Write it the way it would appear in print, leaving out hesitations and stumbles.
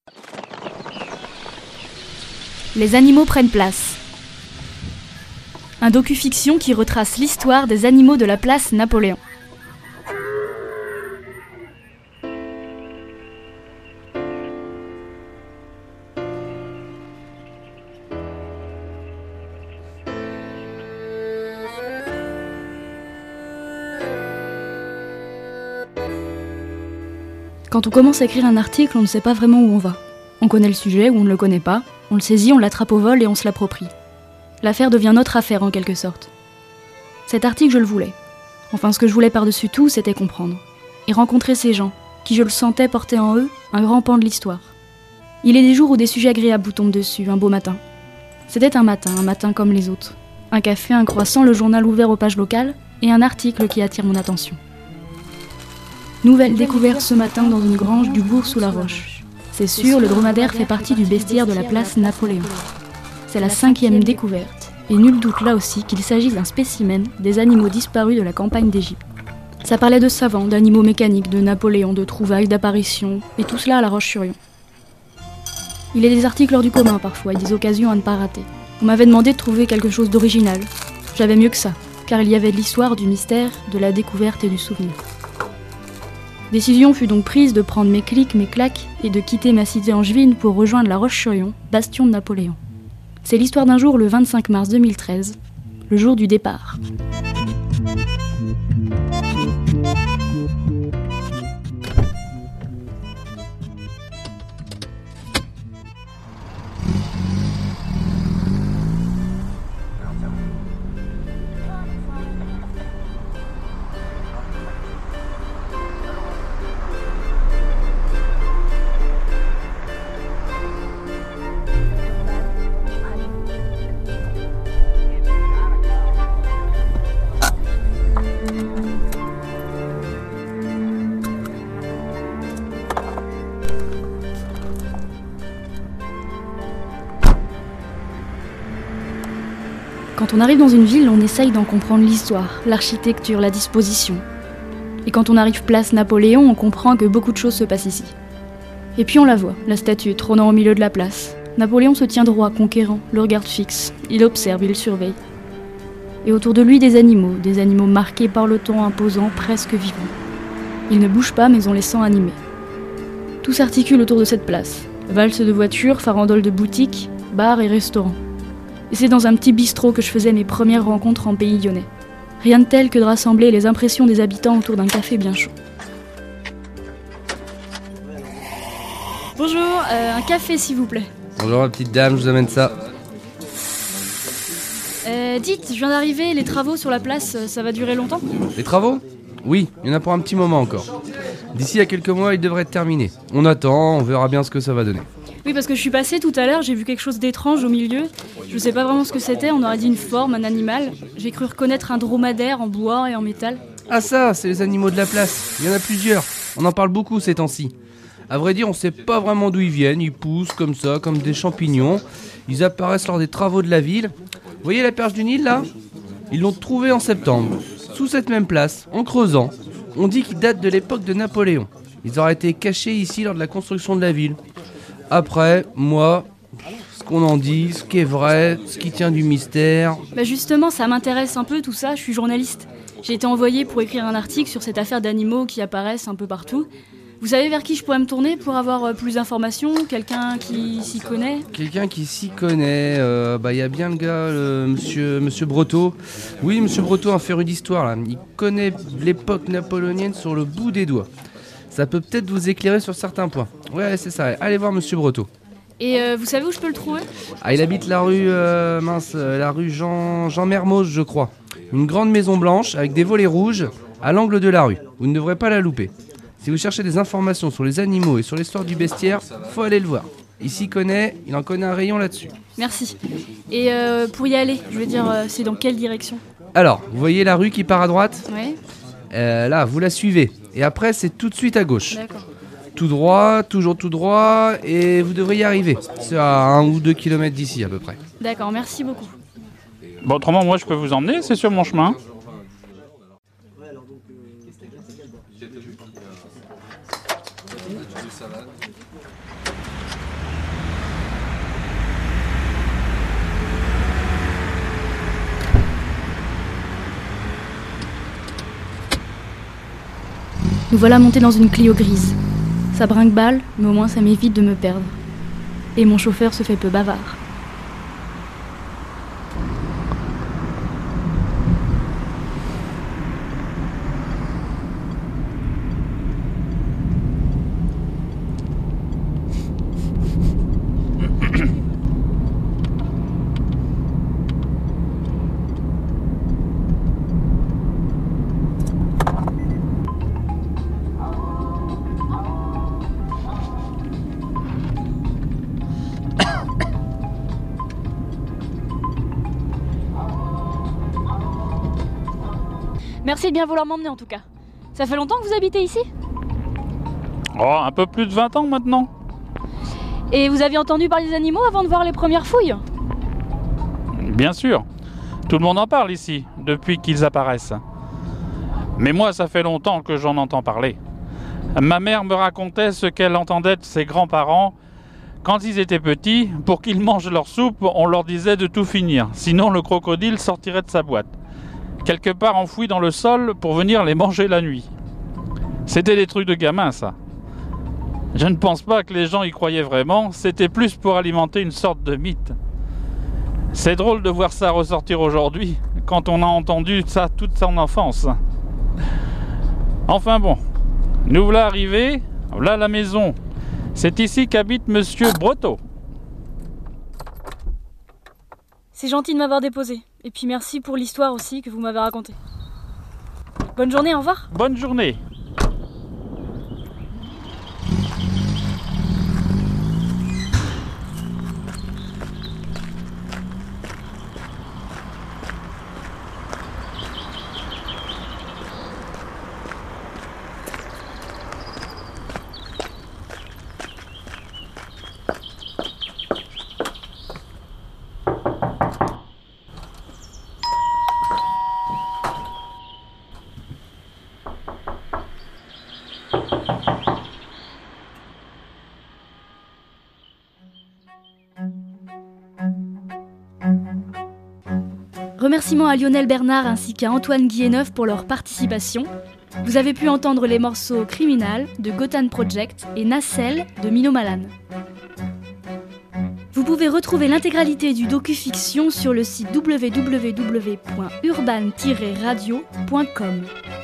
Les animaux prennent place. Un docu-fiction qui retrace l'histoire des animaux de la place Napoléon. Quand on commence à écrire un article, on ne sait pas vraiment où on va. On connaît le sujet ou on ne le connaît pas, on le saisit, on l'attrape au vol et on se l'approprie. L'affaire devient notre affaire en quelque sorte. Cet article, je le voulais. Enfin, ce que je voulais par-dessus tout, c'était comprendre. Et rencontrer ces gens, qui je le sentais porter en eux un grand pan de l'histoire. Il est des jours où des sujets agréables vous tombent dessus, un beau matin. C'était un matin comme les autres. Un café, un croissant, le journal ouvert aux pages locales, et un article qui attire mon attention. Nouvelle découverte ce matin dans une grange du bourg sous la roche. C'est sûr, le dromadaire fait partie du bestiaire de la place Napoléon. C'est la 5e découverte, et nul doute là aussi qu'il s'agit d'un spécimen des animaux disparus de la campagne d'Égypte. Ça parlait de savants, d'animaux mécaniques, de Napoléon, de trouvailles, d'apparitions, et tout cela à La Roche-sur-Yon. Il y a des articles hors du commun parfois, et des occasions à ne pas rater. On m'avait demandé de trouver quelque chose d'original. J'avais mieux que ça, car il y avait de l'histoire, du mystère, de la découverte et du souvenir. Décision fut donc prise de prendre mes clics, mes claques et de quitter ma cité angevine pour rejoindre La Roche-sur-Yon, bastion de Napoléon. C'est l'histoire d'un jour le 25 mars 2013, le jour du départ. Quand on arrive dans une ville, on essaye d'en comprendre l'histoire, l'architecture, la disposition. Et quand on arrive place Napoléon, on comprend que beaucoup de choses se passent ici. Et puis on la voit, la statue trônant au milieu de la place. Napoléon se tient droit, conquérant, le regard fixe. Il observe, il surveille. Et autour de lui des animaux marqués par le ton imposant, presque vivants. Ils ne bougent pas, mais on les sent animés. Tout s'articule autour de cette place. Valse de voitures, farandole de boutiques, bars et restaurants. Et c'est dans un petit bistrot que je faisais mes premières rencontres en pays lyonnais. Rien de tel que de rassembler les impressions des habitants autour d'un café bien chaud. Bonjour, un café s'il vous plaît. Bonjour la petite dame, je vous amène ça. Dites, je viens d'arriver, les travaux sur la place, ça va durer longtemps ? Les travaux ? Oui, il y en a pour un petit moment encore. D'ici à quelques mois, ils devraient être terminés. On attend, on verra bien ce que ça va donner. Oui, parce que je suis passée tout à l'heure, j'ai vu quelque chose d'étrange au milieu. Je sais pas vraiment ce que c'était, on aurait dit une forme, un animal. J'ai cru reconnaître un dromadaire en bois et en métal. Ah ça, c'est les animaux de la place. Il y en a plusieurs. On en parle beaucoup ces temps-ci. À vrai dire, on sait pas vraiment d'où ils viennent. Ils poussent comme ça, comme des champignons. Ils apparaissent lors des travaux de la ville. Vous voyez la perche du Nil là ? Ils l'ont trouvée en septembre, sous cette même place, en creusant. On dit qu'ils datent de l'époque de Napoléon. Ils auraient été cachés ici lors de la construction de la ville. Après, moi, ce qu'on en dit, ce qui est vrai, ce qui tient du mystère... Bah justement, ça m'intéresse un peu tout ça, je suis journaliste. J'ai été envoyée pour écrire un article sur cette affaire d'animaux qui apparaissent un peu partout. Vous savez vers qui je pourrais me tourner pour avoir plus d'informations ? Quelqu'un qui s'y connaît ? Quelqu'un qui s'y connaît, y a bien le gars, monsieur Breteau. Oui, monsieur Breteau, un féru d'histoire, là. Il connaît l'époque napoléonienne sur le bout des doigts. Ça peut peut-être vous éclairer sur certains points. Ouais, c'est ça, allez voir monsieur Breteau. Et vous savez où je peux le trouver ? Ah, il habite la rue, la rue Jean Mermoz, je crois. Une grande maison blanche avec des volets rouges à l'angle de la rue. Vous ne devrez pas la louper. Si vous cherchez des informations sur les animaux et sur l'histoire du bestiaire, faut aller le voir. Il s'y connaît, il en connaît un rayon là-dessus. Merci. Et pour y aller, je veux dire, c'est dans quelle direction ? Alors, vous voyez la rue qui part à droite ? Ouais. Là, vous la suivez. Et après, c'est tout de suite à gauche. D'accord. Tout droit, toujours tout droit, et vous devriez y arriver. C'est à 1 ou 2 kilomètres d'ici à peu près. D'accord, merci beaucoup. Bon, autrement, moi, je peux vous emmener, c'est sur mon chemin. Nous voilà montés dans une Clio grise. Ça brinque-balle, mais au moins ça m'évite de me perdre. Et mon chauffeur se fait peu bavard. Merci de bien vouloir m'emmener en tout cas. Ça fait longtemps que vous habitez ici? Oh, un peu plus de 20 ans maintenant. Et vous aviez entendu parler des animaux avant de voir les premières fouilles? Bien sûr. Tout le monde en parle ici, depuis qu'ils apparaissent. Mais moi, ça fait longtemps que j'en entends parler. Ma mère me racontait ce qu'elle entendait de ses grands-parents. Quand ils étaient petits, pour qu'ils mangent leur soupe, on leur disait de tout finir. Sinon, le crocodile sortirait de sa boîte, quelque part enfoui dans le sol pour venir les manger la nuit. C'était des trucs de gamins, ça. Je ne pense pas que les gens y croyaient vraiment, c'était plus pour alimenter une sorte de mythe. C'est drôle de voir ça ressortir aujourd'hui, quand on a entendu ça toute son enfance. Enfin bon, nous voilà arrivés, voilà la maison. C'est ici qu'habite Monsieur Breteau. C'est gentil de m'avoir déposé. Et puis merci pour l'histoire aussi que vous m'avez racontée. Bonne journée, au revoir. Bonne journée. Remerciements à Lionel Bernard ainsi qu'à Antoine Guilleneuf pour leur participation. Vous avez pu entendre les morceaux Criminal de Gotham Project et Nacelle de Mino Malan. Vous pouvez retrouver l'intégralité du docu-fiction sur le site www.urban-radio.com.